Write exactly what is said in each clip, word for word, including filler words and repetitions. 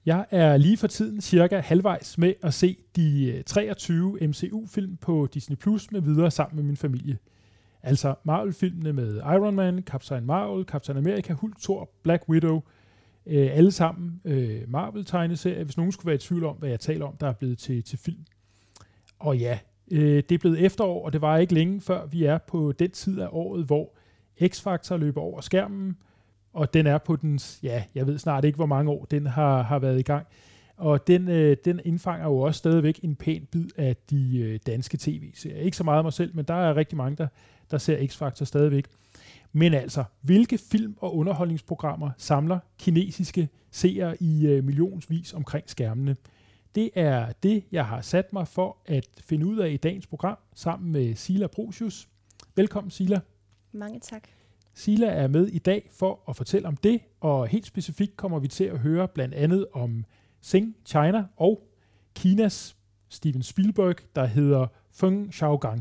Jeg er lige for tiden cirka halvvejs med at se de treogtyve M C U-film på Disney Plus med videre sammen med min familie. Altså Marvel-filmene med Iron Man, Captain Marvel, Captain America, Hulk, Thor, Black Widow. Øh, alle sammen øh, Marvel-tegneserier, hvis nogen skulle være i tvivl om, hvad jeg taler om, der er blevet til, til film. Og ja, øh, det er blevet efterår, og det var ikke længe før vi er på den tid af året, hvor X-Factor løber over skærmen, og den er på den, ja, jeg ved snart ikke, hvor mange år den har, har været i gang. Og den, øh, den indfanger jo også stadigvæk en pæn bid af de øh, danske tv-serier. Ikke så meget af mig selv, men der er rigtig mange, der, der ser X-Factor stadigvæk. Men altså, hvilke film- og underholdningsprogrammer samler kinesiske seere i øh, millionsvis omkring skærmene? Det er det, jeg har sat mig for at finde ud af i dagens program, sammen med Sila Brosius. Velkommen, Sila. Mange tak. Sila er med i dag for at fortælle om det, og helt specifikt kommer vi til at høre blandt andet om Sing China og Kinas Steven Spielberg, der hedder Feng Xiaogang.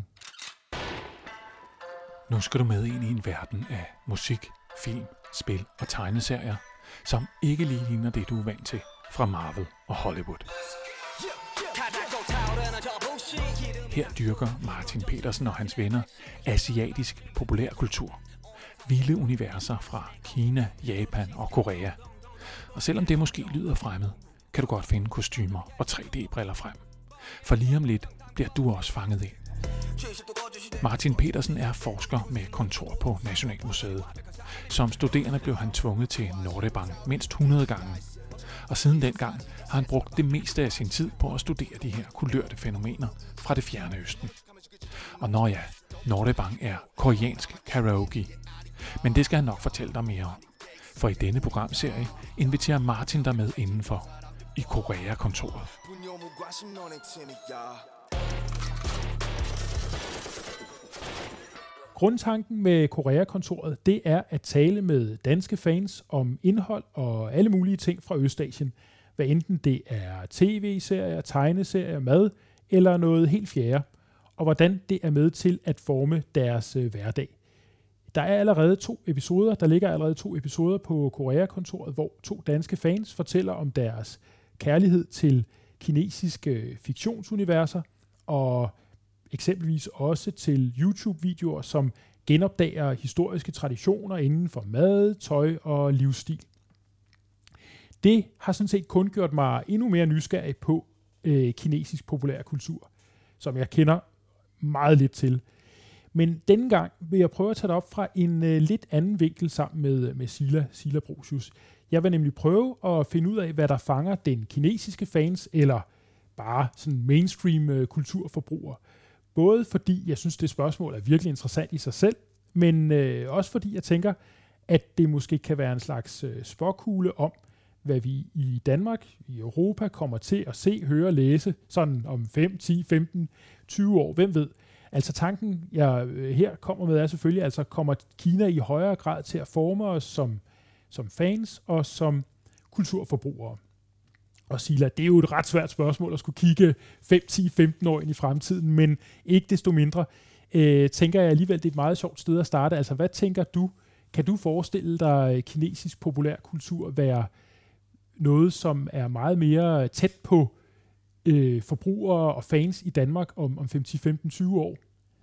Nu skal du med ind i en verden af musik, film, spil og tegneserier, som ikke lige ligner det, du er vant til fra Marvel og Hollywood. Her dyrker Martin Petersen og hans venner asiatisk populærkultur. Vilde universer fra Kina, Japan og Korea. Og selvom det måske lyder fremmed, kan du godt finde kostymer og tre D-briller frem. For lige om lidt bliver du også fanget ind. Martin Petersen er forsker med kontor på Nationalmuseet. Som studerende blev han tvunget til Noraebang mindst hundrede gange. Og siden dengang har han brugt det meste af sin tid på at studere de her kulørte fænomener fra det fjerne østen. Og når ja, Noraebang er koreansk karaoke. Men det skal han nok fortælle dig mere om. For i denne programserie inviterer Martin dig med indenfor i Korea-kontoret. Grundtanken med Korea-kontoret, det er at tale med danske fans om indhold og alle mulige ting fra Østasien. Hvad enten det er tv-serier, tegneserier, mad eller noget helt fjerde. Og hvordan det er med til at forme deres øh, hverdag. Der er allerede to episoder, der ligger allerede to episoder på Korea-kontoret, hvor to danske fans fortæller om deres kærlighed til kinesiske fiktionsuniverser, og eksempelvis også til YouTube-videoer, som genopdager historiske traditioner inden for mad, tøj og livsstil. Det har sådan set kun gjort mig endnu mere nysgerrig på øh, kinesisk populærkultur, som jeg kender meget lidt til. Men denne gang vil jeg prøve at tage det op fra en øh, lidt anden vinkel sammen med, med Sila, Sila Brosius. Jeg vil nemlig prøve at finde ud af, hvad der fanger den kinesiske fans, eller bare sådan mainstream øh, kulturforbruger. Både fordi jeg synes, det spørgsmål er virkelig interessant i sig selv, men øh, også fordi jeg tænker, at det måske kan være en slags øh, spåkugle om, hvad vi i Danmark, i Europa, kommer til at se, høre, læse sådan om fem, ti, femten, tyve år. Hvem ved? Altså tanken, jeg her kommer med, er selvfølgelig, altså kommer Kina i højere grad til at forme os som, som fans og som kulturforbrugere. Og Sila, det er jo et ret svært spørgsmål at skulle kigge fem, ti, femten år ind i fremtiden, men ikke desto mindre øh, tænker jeg alligevel, det er et meget sjovt sted at starte. Altså hvad tænker du, kan du forestille dig kinesisk populærkultur være noget, som er meget mere tæt på øh, forbrugere og fans i Danmark om, om fem, ti, femten, tyve år?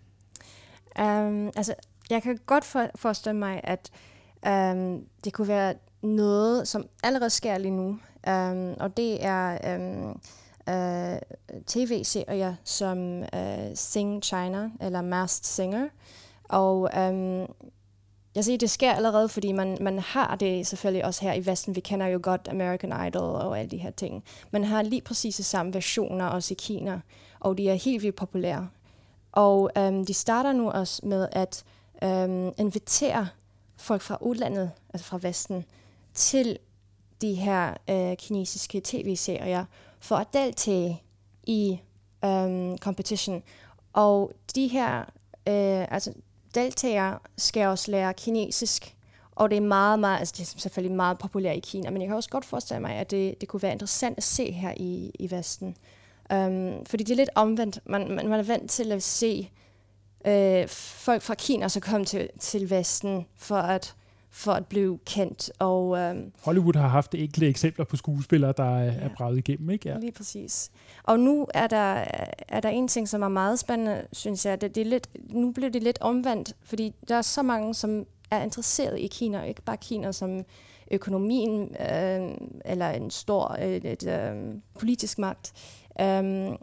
Um, altså, jeg kan godt for, forestille mig, at um, det kunne være noget, som allerede sker lige nu. Um, og det er um, uh, tv-serier som uh, Sing China eller Masked Singer. Og um, jeg siger, det sker allerede, fordi man, man har det selvfølgelig også her i Vesten. Vi kender jo godt American Idol og alle de her ting. Man har lige præcis de samme versioner også i Kina, og de er helt vildt populære. Og um, de starter nu også med at um, invitere folk fra udlandet, altså fra Vesten, til de her uh, kinesiske tv-serier for at deltage i um, competition. Og de her, uh, altså deltagere skal også lære kinesisk, og det er meget, meget, altså det er selvfølgelig meget populært i Kina, men jeg kan også godt forestille mig, at det, det kunne være interessant at se her i, i Vesten. Um, fordi det er lidt omvendt. Man, man, man er vant til at se uh, folk fra Kina så komme til, til Vesten for at for at blive kendt. Og, øhm, Hollywood har haft enkelte eksempler på skuespillere, der er, ja. er braget igennem, ikke? Ja. Lige præcis. Og nu er der, er der en ting, som er meget spændende, synes jeg. Det, det er lidt, nu bliver det lidt omvendt, fordi der er så mange, som er interesseret i Kina, ikke bare Kina som økonomien, øh, eller en stor et, et, øh, politisk magt. Um,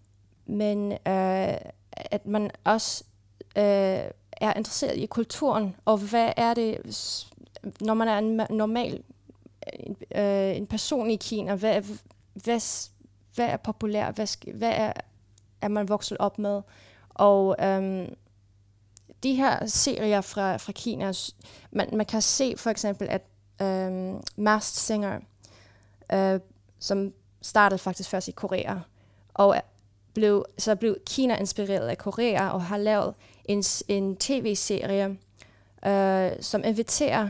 men øh, at man også øh, er interesseret i kulturen, og hvad er det, når man er en normal en, øh, en person i Kina, hvad, hvad, hvad er populær, hvad, hvad er, er man vokset op med? Og øh, de her serier fra, fra Kina, man, man kan se for eksempel, at øh, Masked Singer, øh, som startede faktisk først i Korea, og blev, så blev Kina inspireret af Korea og har lavet en, en tv-serie, øh, som inviterer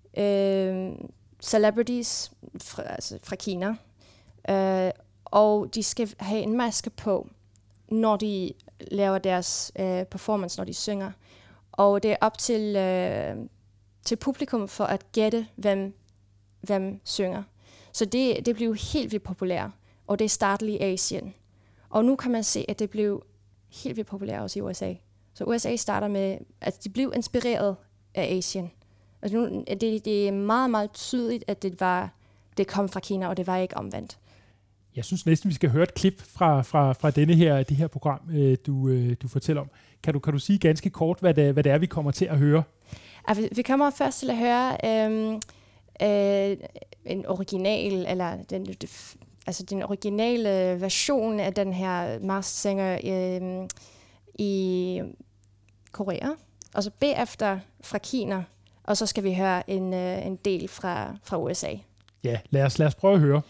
øh, celebrities fra, altså fra Kina, øh, og de skal have en maske på, når de laver deres øh, performance, når de synger. Og det er op til, øh, til publikum for at gætte, hvem, hvem synger. Så det, det blev helt vildt populært, og det startede i Asien. Og nu kan man se, at det blev helt vildt populært også i U S A. Så U S A starter med, at de blev inspireret af Asien. Altså nu, det, det er meget, meget tydeligt, at det, var, det kom fra Kina, og det var ikke omvendt. Jeg synes næsten, vi skal høre et klip fra, fra, fra denne her, det her program, du, du fortæller om. Kan du, kan du sige ganske kort, hvad det, hvad det er, vi kommer til at høre? Altså, vi kommer først til at høre øhm, øh, en original, eller den, altså den originale version af den her Masked Singer øh, i Korea, og så bagefter fra Kina, og så skal vi høre en, øh, en del fra, fra U S A. Ja, lad os, lad os prøve at høre.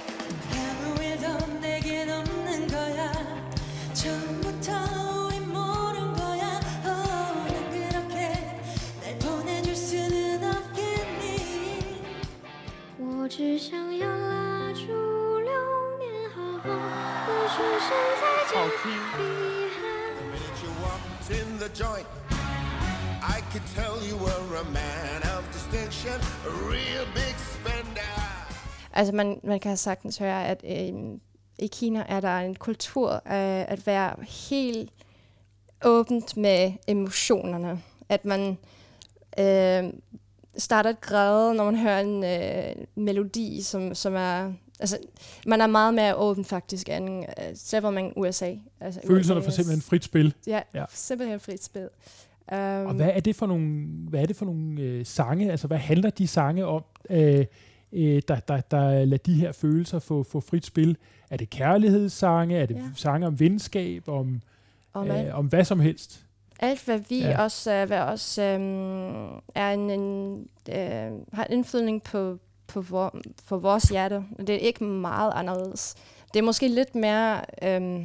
In the joint, I could tell you were a man of distinction, a real big spender. Altså man, man kan sagtens høre, at øh, i Kina er der en kultur af at være helt åbent med emotionerne. At man øh, starter at græde, når man hører en øh, melodi, som, som er... Altså, man er meget mere åben faktisk end uh, selv man U S A. Altså, Følelserne U S A for simpelthen frit spil. Ja, ja. simpelthen frit spil. Um, og hvad er det for nogle, hvad er det for nogle øh, sange? Altså, hvad handler de sange om, øh, øh, der, der, der lader de her følelser få, få frit spil? Er det kærlighedssange? Er det ja. sange om venskab? Om, om, øh, om hvad som helst? Alt, hvad vi ja. også, hvad også um, er en, en, uh, har indflydning på på vor, for vores hjerte. Det er ikke meget anderledes. Det er måske lidt mere, øhm,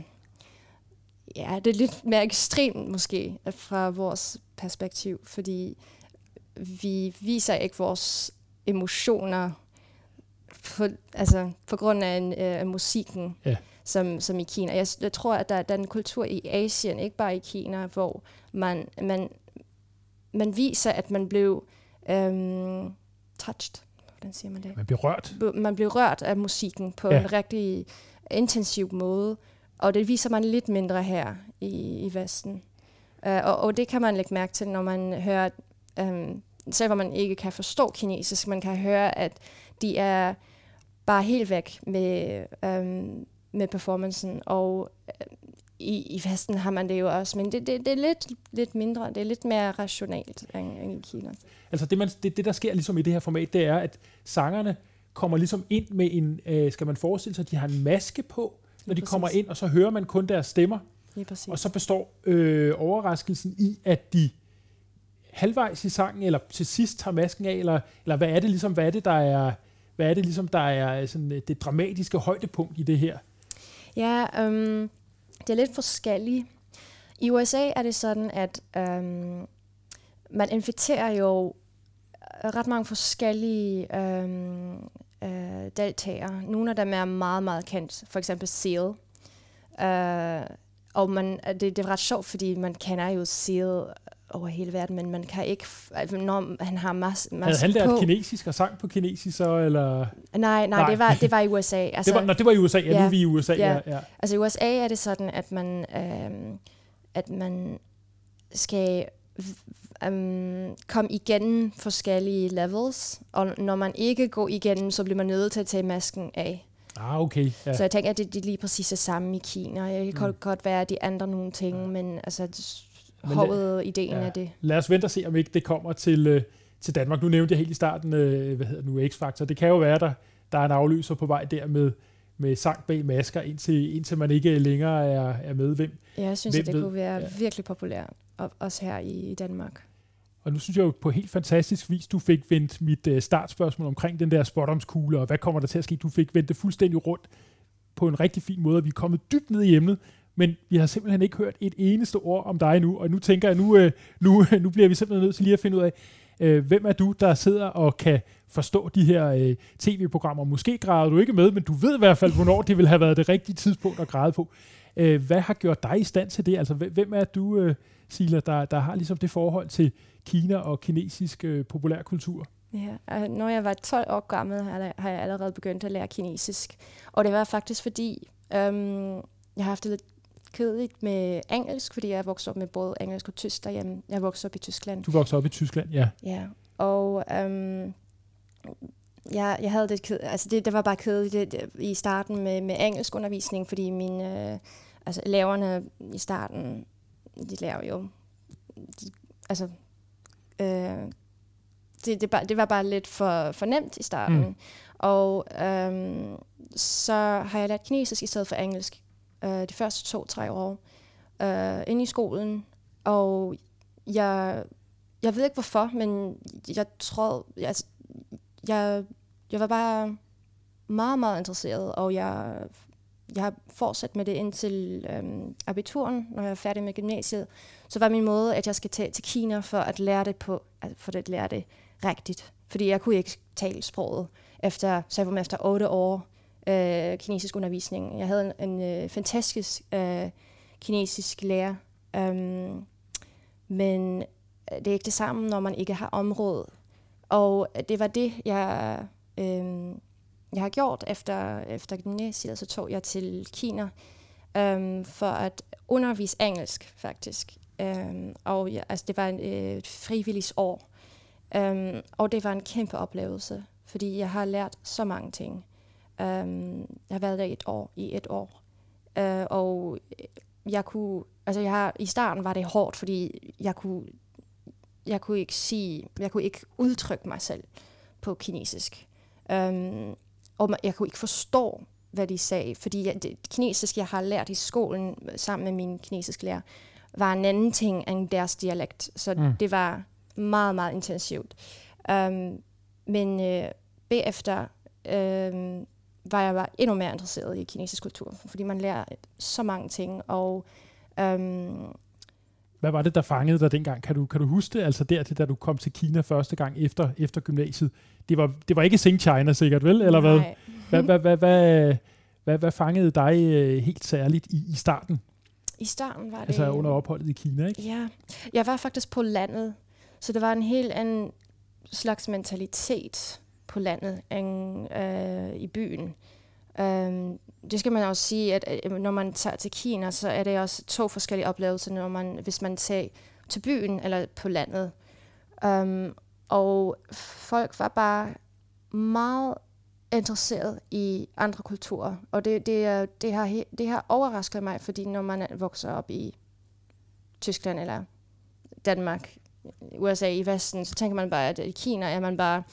ja, det er lidt mere ekstremt måske fra vores perspektiv, fordi vi viser ikke vores emotioner på, altså på grund af en, øh, musikken, ja. som, som i Kina. Jeg, jeg tror, at der, der er en kultur i Asien, ikke bare i Kina, hvor man, man, man viser, at man blev øhm, touched. Hvordan siger man det? Man bliver rørt. Man bliver rørt af musikken på ja. en rigtig intensiv måde, og det viser man lidt mindre her i, i Vesten. Uh, og, og det kan man lægge mærke til, når man hører, um, selv hvor man ikke kan forstå kinesisk, man kan høre, at de er bare helt væk med, um, med performancen, og uh, i, i Vesten har man det jo også, men det, det, det er lidt, lidt mindre, det er lidt mere rationelt end, end i Kina. Altså det, man, det, det, der sker ligesom i det her format, det er, at sangerne kommer ligesom ind med en, øh, skal man forestille sig, at de har en maske på, når de kommer ind, og så hører man kun deres stemmer. Og så består øh, overraskelsen i, at de halvvejs i sangen, eller til sidst tager masken af, eller, eller hvad er det ligesom, hvad er det, der er, hvad er det ligesom, der er sådan, det dramatiske højdepunkt i det her? Ja, um det er lidt forskelligt. I U S A er det sådan, at øhm, man inviterer jo ret mange forskellige øhm, øh, deltagere. Nogle af dem er meget, meget kendt. For eksempel Seal. Øh, og man, det, det er ret sjovt, fordi man kender jo Seal over hele verden, men man kan ikke, altså, når han har masse mas Havde han lært kinesisk og sang på kinesisk så, eller? Nej, nej, nej. Det, var, det var i U S A. Altså, det, var, når det var i U S A, ja, ja, nu er vi i U S A. Ja. Ja, ja. Altså i U S A er det sådan, at man, øhm, at man skal um, komme igennem forskellige levels, og når man ikke går igennem, så bliver man nødt til at tage masken af. Ah, okay. Ja. Så jeg tænker, at det, det er lige præcis det samme i Kina. Det kan mm. godt være, at de andre nogle ting, ja. men altså hovedideen ja. er det. Lad os vente og se, om ikke det kommer til, øh, til Danmark. Nu nævnte jeg helt i starten, øh, hvad hedder nu, X-Factor. Det kan jo være, der, der er en afløser på vej der med, med sang bag masker, indtil, indtil man ikke længere er, er med. Hvem, ja, jeg synes, hvem at det ved? kunne være ja. virkelig populært, også her i, i Danmark. Og nu synes jeg jo på helt fantastisk vis, du fik vendt mit øh, startspørgsmål omkring den der spådomskugle, og hvad kommer der til at ske? Du fik vendt det fuldstændig rundt på en rigtig fin måde, og vi er kommet dybt ned i emnet, men vi har simpelthen ikke hørt et eneste ord om dig nu, og nu tænker jeg, nu, øh, nu, nu bliver vi simpelthen nødt til lige at finde ud af, øh, hvem er du, der sidder og kan forstå de her øh, tv-programmer? Måske græder du ikke med, men du ved i hvert fald, hvornår det vil have været det rigtige tidspunkt at græde på. Øh, hvad har gjort dig i stand til det? Altså, hvem er du, øh, Sila, der, der har ligesom det forhold til Kina og kinesisk øh, populærkultur? Ja, når jeg var tolv år gammel, har jeg allerede begyndt at lære kinesisk. Og det var faktisk fordi, øhm, jeg har haft det lidt kedeligt med engelsk, fordi jeg er vokset op med både engelsk og tysk derhjemme. Jeg er vokset op i Tyskland. Du voksede op i Tyskland, ja. Ja, og øhm, jeg, jeg havde det kedeligt, altså det, det var bare kedeligt det, det, i starten med, med engelsk undervisning, fordi mine, øh, altså eleverne i starten, de lærer jo, de, altså, øh, det, det, det var bare lidt for, for nemt i starten. Mm. Og øhm, så har jeg lært kinesisk i stedet for engelsk øh, de første to-tre år øh, inde i skolen. Og jeg, jeg ved ikke hvorfor, men jeg tror, jeg, jeg, jeg var bare meget, meget interesseret, og jeg, jeg har fortsat med det indtil øhm, abituren, når jeg er færdig med gymnasiet. Så var min måde, at jeg skal tage til Kina for at lære det på, for at lære det rigtigt. Fordi jeg kunne ikke tale sproget efter, så jeg var med efter otte år øh, kinesisk undervisning. Jeg havde en, en øh, fantastisk øh, kinesisk lærer, um, men det er ikke det samme, når man ikke har område. Og det var det, jeg, øh, jeg har gjort efter, efter gymnasiet. Så tog jeg til Kina øh, for at undervise engelsk, faktisk. Øh, og ja, altså, det var et øh, frivilligt år. Um, og det var en kæmpe oplevelse, fordi jeg har lært så mange ting. Um, jeg har været der i et år, i et år. Uh, og jeg kunne, altså jeg har, i starten var det hårdt, fordi jeg kunne, jeg kunne ikke sige, jeg kunne ikke udtrykke mig selv på kinesisk. Um, og jeg kunne ikke forstå, hvad de sagde, fordi jeg, det kinesisk, jeg har lært i skolen sammen med min kinesiske lærer, var en anden ting end deres dialekt. Så mm. det var meget, meget intensivt. Um, men øh, bagefter øh, var jeg bare endnu mere interesseret i kinesisk kultur, fordi man lærer så mange ting. Og, um, hvad var det, der fangede dig dengang? Kan du, kan du huske det? Altså dertil, da du kom til Kina første gang efter, efter gymnasiet. Det var, det var ikke Sing China sikkert, vel? Eller hvad? Hvad, hvad, hvad, hvad, hvad, hvad fangede dig helt særligt i, i starten? I starten var det... Altså under opholdet i Kina, ikke? Ja. Jeg var faktisk på landet. Så det var en helt anden slags mentalitet på landet end øh, i byen. Um, det skal man også sige, at øh, når man tager til Kina, så er det også to forskellige oplevelser, når man, hvis man tager til byen eller på landet. Um, og folk var bare meget interesseret i andre kulturer. Og det, det, det, har, det har overrasket mig, fordi når man vokser op i Tyskland eller Danmark, U S A i Vesten, så tænker man bare, at i Kina er man bare,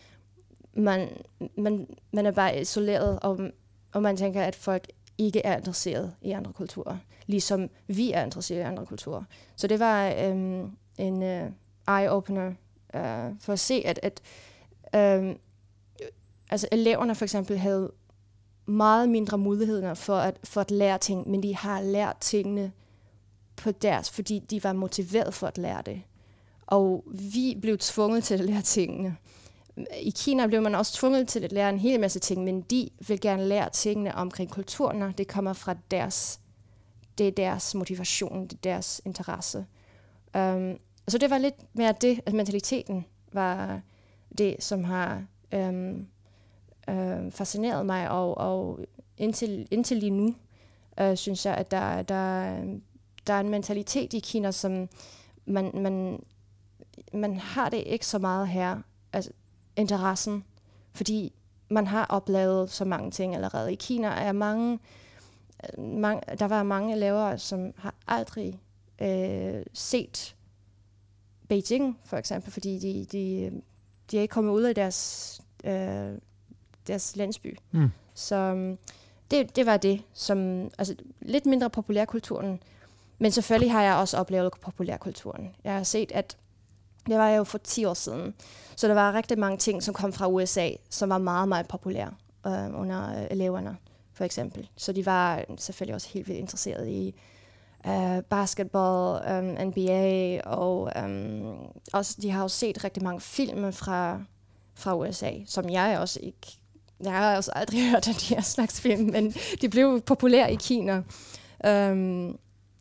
man, man, man er bare isoleret, og, og man tænker, at folk ikke er interesseret i andre kulturer, ligesom vi er interesseret i andre kulturer. Så det var øhm, en uh, eye-opener uh, for at se, at, at øhm, altså eleverne for eksempel havde meget mindre muligheder for at, for at lære ting, men de har lært tingene på deres, fordi de var motiveret for at lære det. Og vi blev tvunget til at lære tingene. I Kina blev man også tvunget til at lære en hel masse ting, men de vil gerne lære tingene omkring kulturerne. Det kommer fra deres, det er deres motivation, det er deres interesse. Um, så det var lidt mere det, at mentaliteten var det, som har øhm, øh, fascineret mig, og, og indtil, indtil lige nu, øh, synes jeg, at der, der, der er en mentalitet i Kina, som man, man, man har det ikke så meget her, altså interessen, fordi man har oplevet så mange ting allerede. I Kina er mange, mange der var mange elever, som har aldrig øh, set Beijing, for eksempel, fordi de, de, de er ikke kommet ud af deres, øh, deres landsby. Mm. Så det, det var det, som altså lidt mindre populærkulturen, men selvfølgelig har jeg også oplevet populærkulturen. Jeg har set, at det var jo for ti år siden, så der var rigtig mange ting, som kom fra U S A, som var meget, meget populære øh, under øh, eleverne, for eksempel. Så de var selvfølgelig også helt vildt interesserede i Uh, basketball, um, N B A, og um, også, de har jo set rigtig mange film fra, fra U S A, som jeg også ikke, jeg har også aldrig hørt af de her slags film, men de blev populære i Kina. Um,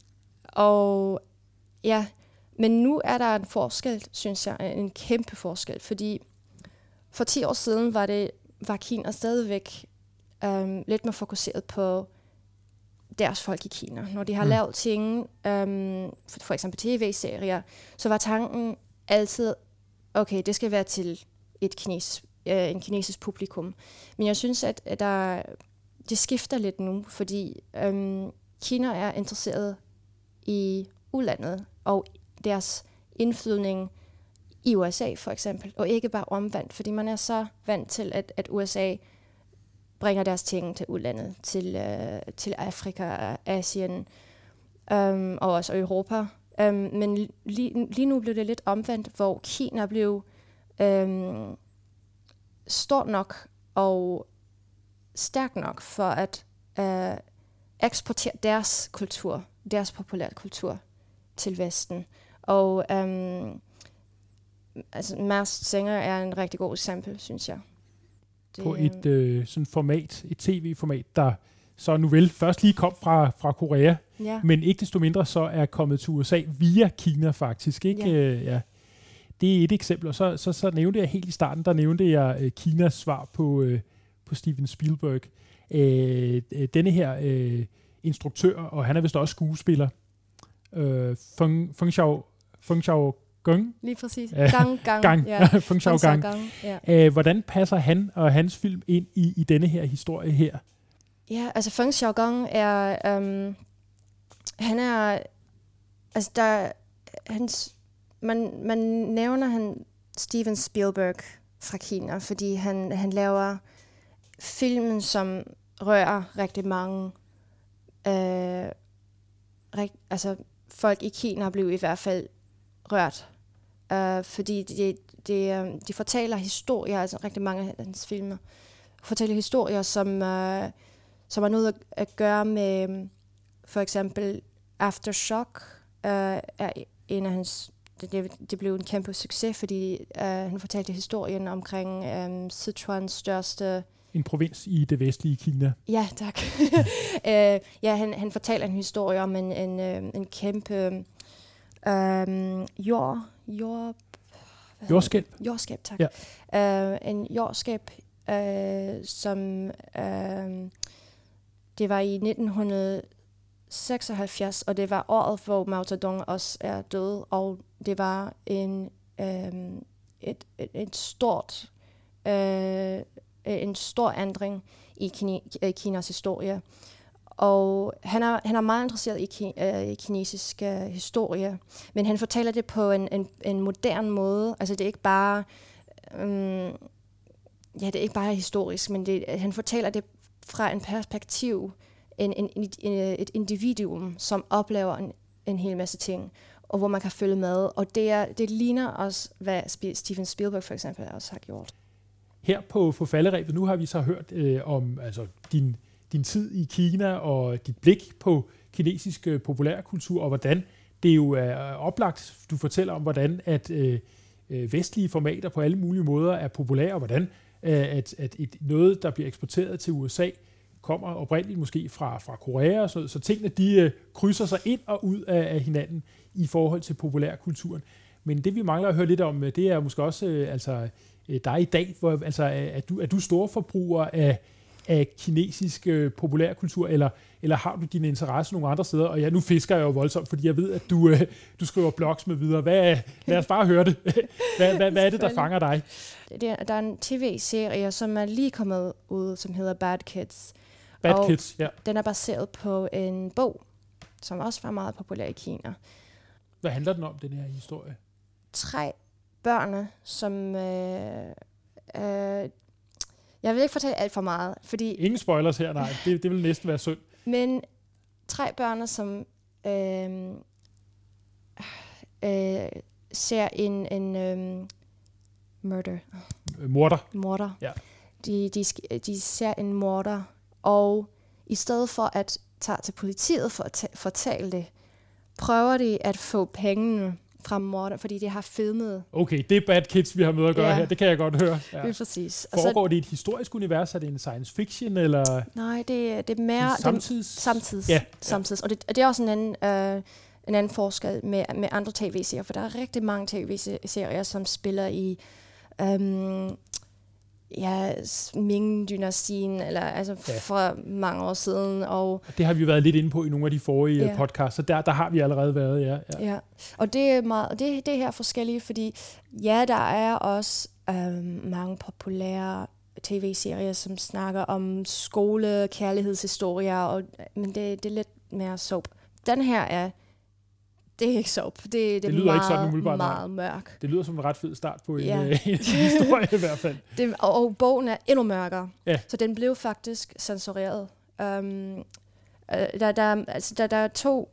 og ja, men nu er der en forskel, synes jeg, en kæmpe forskel, fordi for ti år siden var det, var Kina stadigvæk um, lidt mere fokuseret på deres folk i Kina. Når de har mm. lavet ting, øhm, for, for eksempel tv-serier, så var tanken altid, okay, det skal være til et kinesisk, øh, en kinesisk publikum. Men jeg synes, at, at der, det skifter lidt nu, fordi øhm, Kina er interesseret i udlandet og deres indflydning i U S A, for eksempel, og ikke bare omvendt, fordi man er så vant til, at, at U S A bringer deres ting til udlandet, til, øh, til Afrika, Asien øhm, og også Europa. Um, men lige, lige nu blev det lidt omvendt, hvor Kina blev øhm, stort nok og stærk nok for at øh, eksportere deres kultur, deres populære kultur til Vesten. Og øhm, altså, Masked Singer er en rigtig god eksempel, synes jeg. På et øh, sådan format, et tv-format, der så nu vel først lige kom fra, fra Korea, ja. Men ikke desto mindre så er kommet til U S A via Kina faktisk. Ikke? Ja. Øh, ja. Det er et eksempel, og så, så, så nævnte jeg helt i starten, der nævnte jeg øh, Kinas svar på, øh, på Steven Spielberg. Øh, øh, denne her øh, instruktør, og han er vist også skuespiller, øh, Feng, Feng Xiao, Feng Xiao Gang. Lige præcis. Gang, gang. gang. Ja. Feng Xiao Gang. Ja. Uh, hvordan passer han og hans film ind i, i denne her historie her? Ja, altså Feng Xiao Gang er, um, han er, altså der, hans, man, man nævner han Steven Spielberg fra Kina, fordi han, han laver filmen, som rører rigtig mange, øh, rigt, altså folk i Kina blev i hvert fald rørt. Uh, fordi de, de, de fortæller historier, altså rigtig mange af hans filmer, fortæller historier, som, uh, som har noget at, at gøre med, for eksempel Aftershock, uh, er en af hans, det, det blev en kæmpe succes, fordi uh, han fortalte historien omkring um, Sichuans største... En provins i det vestlige Kina. Ja, tak. uh, ja, han, han fortæller en historie om en, en, en kæmpe... Um, jord, jord, jordskælv. Jordskælv, tak. Ja. Uh, en jordskælv, uh, som uh, det var i nitten seksoghalvfjerds, og det var året, hvor Mao Zedong også er død, og det var en um, et, et, et stort uh, en stor ændring i Kine, Kinas historie. Og han er, han er meget interesseret i, ki, øh, i kinesisk øh, historie, men han fortæller det på en, en, en moderne måde. Altså det er ikke bare, øhm, ja, det er ikke bare historisk, men det, han fortæller det fra en perspektiv, en, en, en, et individuum, som oplever en, en hel masse ting, og hvor man kan følge med. Og det, er, det ligner også, hvad Steven Spielberg for eksempel også har gjort. Her på, på falderebet, nu har vi så hørt øh, om altså, din... din tid i Kina og dit blik på kinesisk øh, populærkultur, og hvordan det jo er oplagt, du fortæller om, hvordan at øh, vestlige formater på alle mulige måder er populære, og hvordan øh, at, at et, noget, der bliver eksporteret til U S A, kommer oprindeligt måske fra, fra Korea og sådan noget, så tingene de øh, krydser sig ind og ud af, af hinanden i forhold til populærkulturen. Men det, vi mangler at høre lidt om, det er måske også øh, altså, øh, dig i dag. Hvor, altså, er du, er du storforbruger af, af kinesisk øh, populærkultur, eller, eller har du dine interesser nogle andre steder? Og ja, nu fisker jeg jo voldsomt, fordi jeg ved, at du, øh, du skriver blogs med videre. Hvad, lad os bare høre det. hvad, hvad, hvad er det, der fanger dig? Det er, der er en tv-serie, som er lige kommet ud, som hedder Bad Kids. Bad og Kids, ja. Den er baseret på en bog, som også var meget populær i Kina. Hvad handler den om, den her historie? Tre børn, som... Øh, øh, jeg vil ikke fortælle alt for meget, fordi... Ingen spoilers her, nej. Det, det vil næsten være synd. Men tre børn, som øh, øh, ser en, en øh, murder. Morder. Morder. Ja. De, de, de ser en morder, og i stedet for at tage til politiet for at fortælle det, prøver de at få pengene fra morder, fordi de har filmet. Okay, det er Bad Kids, vi har med at gøre ja. her. Det kan jeg godt høre. Ja. Det er præcis. Foregår det i et historisk univers? Er det en science fiction? Eller nej, det, det er mere... Samtids? Det, samtids. Ja. Samtids. Og det, det er også en anden, øh, en anden forskel med, med andre tv-serier, for der er rigtig mange tv-serier, som spiller i... Øh, ja, Ming-dynastien, eller altså ja. for mange år siden. Og det har vi været lidt inde på i nogle af de forrige ja. podcasts, så der, der har vi allerede været, ja. Ja, ja. Og det er meget, det, det her forskelligt, fordi ja, der er også øhm, mange populære tv-serier, som snakker om skole, kærlighedshistorier, og, men det, det er lidt mere soap. Den her er det er ikke soap. Det, det, det er lyder meget, ikke sådan umiddelbart, meget mørk. Det lyder som en ret fed start på en, ja. en, en historie i hvert fald. Det, og, og bogen er endnu mørkere. Ja. Så den blev faktisk censureret. Um, der, der, altså, der, der er to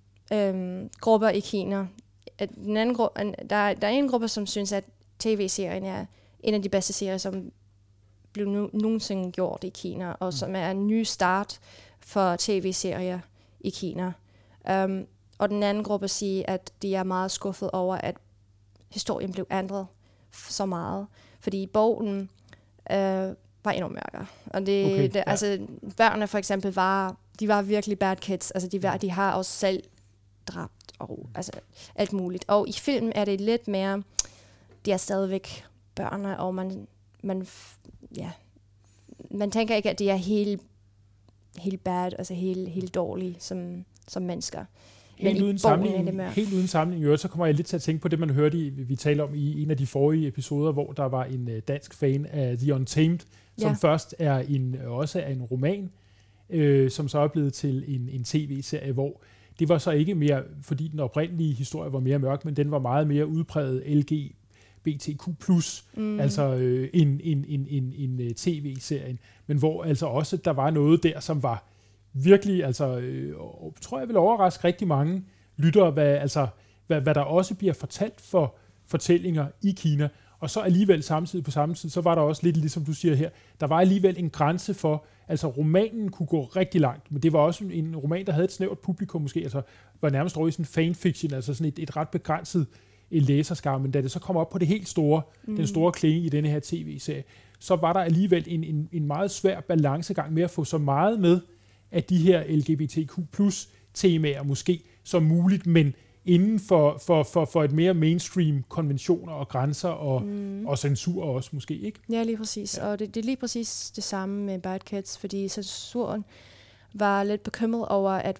um, grupper i Kina. Den anden gru- der, der er en gruppe, som synes, at tv-serien er en af de bedste serier, som blev nu, nogensinde gjort i Kina, og mm. som er en ny start for tv-serier i Kina. Um, Og den anden gruppe siger, at de er meget skuffet over, at historien blev ændret så meget. Fordi bogen øh, var endnu mørkere. Og det, okay, det, ja. altså, børnene for eksempel var, de var virkelig bad kids. Altså, de, var, de har også selv dræbt og altså, alt muligt. Og i filmen er det lidt mere, de er stadigvæk børnene, og man, man, ja, man tænker ikke, at de er helt, helt bad, altså helt, helt dårlige som, som mennesker. Helt uden, sammenligning, helt uden sammenligning, så kommer jeg lidt til at tænke på det, man hørte, i, vi talte om i en af de forrige episoder, hvor der var en uh, dansk fan af The Untamed, som ja. først er en, også er en roman, øh, som så er blevet til en, en tv-serie, hvor det var så ikke mere, fordi den oprindelige historie var mere mørk, men den var meget mere udpræget L G B T Q plus, mm. altså øh, en, en, en, en, en, en tv-serien, men hvor altså også der var noget der, som var virkelig, altså, øh, tror jeg vil overraske rigtig mange lyttere, hvad, altså, hvad, hvad der også bliver fortalt for fortællinger i Kina, og så alligevel samtidig på samme tid, så var der også lidt, ligesom du siger her, der var alligevel en grænse for, altså romanen kunne gå rigtig langt, men det var også en roman, der havde et snævert publikum måske, altså var nærmest over i sådan fanfiction, altså sådan et, et ret begrænset læserskare, men da det så kom op på det helt store, mm. den store klinge i denne her tv-serie, så var der alligevel en, en, en meget svær balancegang med at få så meget med af de her L G B T Q plus temaer måske som muligt, men inden for, for, for, for et mere mainstream konventioner og grænser og, mm. og censur også måske, ikke? Ja, lige præcis. Ja. Og det, det er lige præcis det samme med Bad Kids, fordi censuren var lidt bekymret over, at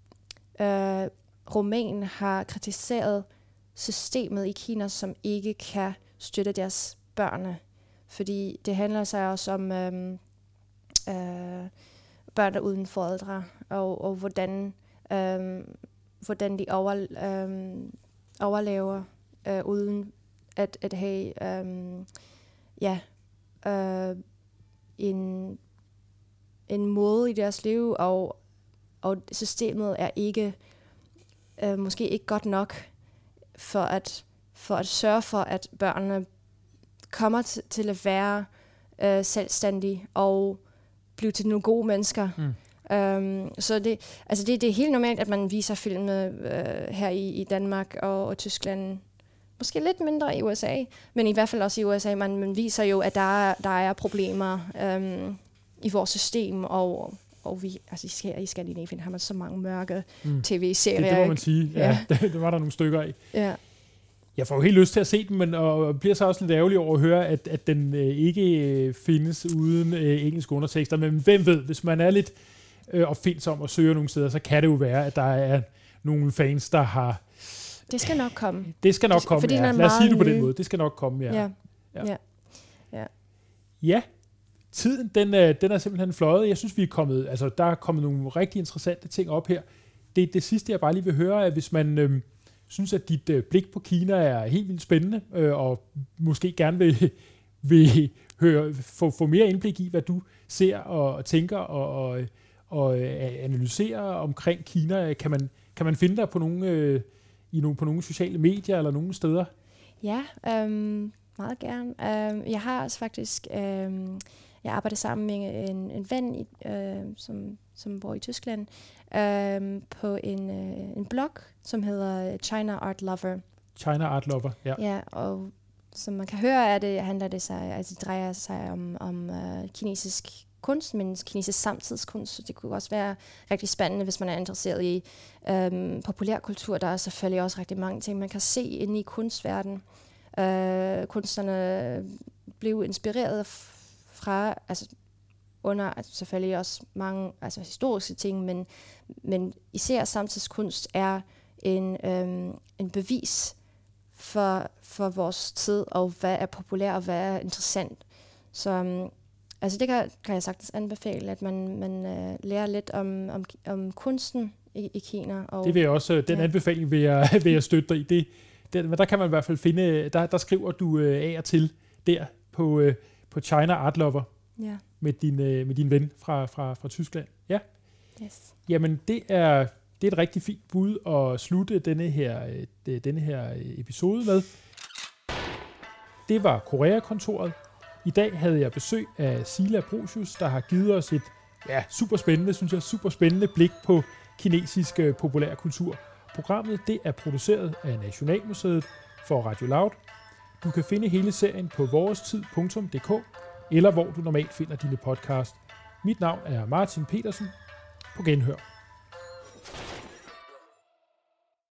øh, romanen har kritiseret systemet i Kina, som ikke kan støtte deres børn. Fordi det handler sig også om øh, øh, børn uden forældre, og, og hvordan, øh, hvordan de over, øh, overlever øh, uden at, at have øh, ja, øh, en, en måde i deres liv, og, og systemet er ikke øh, måske ikke godt nok for at, for at sørge for, at børnene kommer t- til at være øh, selvstændige og blive til nogle gode mennesker. Mm. Um, så det, altså det, det er helt normalt, at man viser filmene øh, her i, i Danmark og, og Tyskland. Måske lidt mindre i U S A, men i hvert fald også i U S A. Man, man viser jo, at der er, der er problemer um, i vores system, og, og vi, altså i Skandinavien har man så mange mørke mm. tv-serier. Det, det må man sige. Ja, ja. Det, det var der nogle stykker af. Ja. Jeg får jo helt lyst til at se den, men og bliver så også lidt ærgerlig over at høre, at, at den øh, ikke øh, findes uden øh, engelske undertekster. Men hvem ved, hvis man er lidt øh, opfindsom og søger nogle steder, så kan det jo være, at der er nogle fans, der har... Det skal nok komme. Det skal nok komme, fordi ja. Lad os sige det på den måde. Det skal nok komme, ja. Ja, ja. ja. ja. ja. Tiden, den er, den er simpelthen fløjet. Jeg synes, vi er kommet... Altså, der er kommet nogle rigtig interessante ting op her. Det, det sidste, jeg bare lige vil høre, er, hvis man... Øh, synes, at dit øh, blik på Kina er helt vildt spændende, øh, og måske gerne vil, vil høre, få, få mere indblik i, hvad du ser og, og tænker og, og, og øh, analyserer omkring Kina. Kan man, kan man finde dig på nogle, øh, i nogle, på nogle sociale medier eller nogle steder? Ja, øhm, meget gerne. Øhm, jeg har også faktisk... Øhm, jeg arbejder sammen med en, en ven, i, øh, som, som bor i Tyskland, øh, på en, øh, en blog, som hedder China Art Lover. China Art Lover, ja. Ja, og som man kan høre, er det, handler det sig, altså det drejer sig om, om uh, kinesisk kunst, men kinesisk samtidskunst. Så det kunne også være rigtig spændende, hvis man er interesseret i um, populærkultur. Der er selvfølgelig også rigtig mange ting, man kan se inde i kunstverdenen. Uh, kunstnerne blev inspireret fra, altså under altså selvfølgelig også mange altså historiske ting, men, men især samtidskunst er en, øhm, en bevis for, for vores tid, og hvad er populært, og hvad er interessant. Så um, altså det kan, kan jeg sagtens anbefale, at man, man uh, lærer lidt om, om, om kunsten i, i Kina. Og det vil jeg også, den ja. anbefaling vil jeg, vil jeg støtte dig i. Det, det, men der kan man i hvert fald finde, der, der skriver du uh, af og til der på, uh, på China Art Lover. Ja. Med din, øh, med din ven fra, fra, fra Tyskland. Ja. Yes. Jamen, det er, det er et rigtig fint bud at slutte denne her, øh, denne her episode med. Det var Korea-kontoret. I dag havde jeg besøg af Sila Brosius, der har givet os et ja, super spændende, synes jeg, super spændende blik på kinesisk øh, populærkultur. Programmet det er produceret af Nationalmuseet for Radio Loud. Du kan finde hele serien på vorestid punktum d k eller hvor du normalt finder dine podcast. Mit navn er Martin Petersen. På genhør.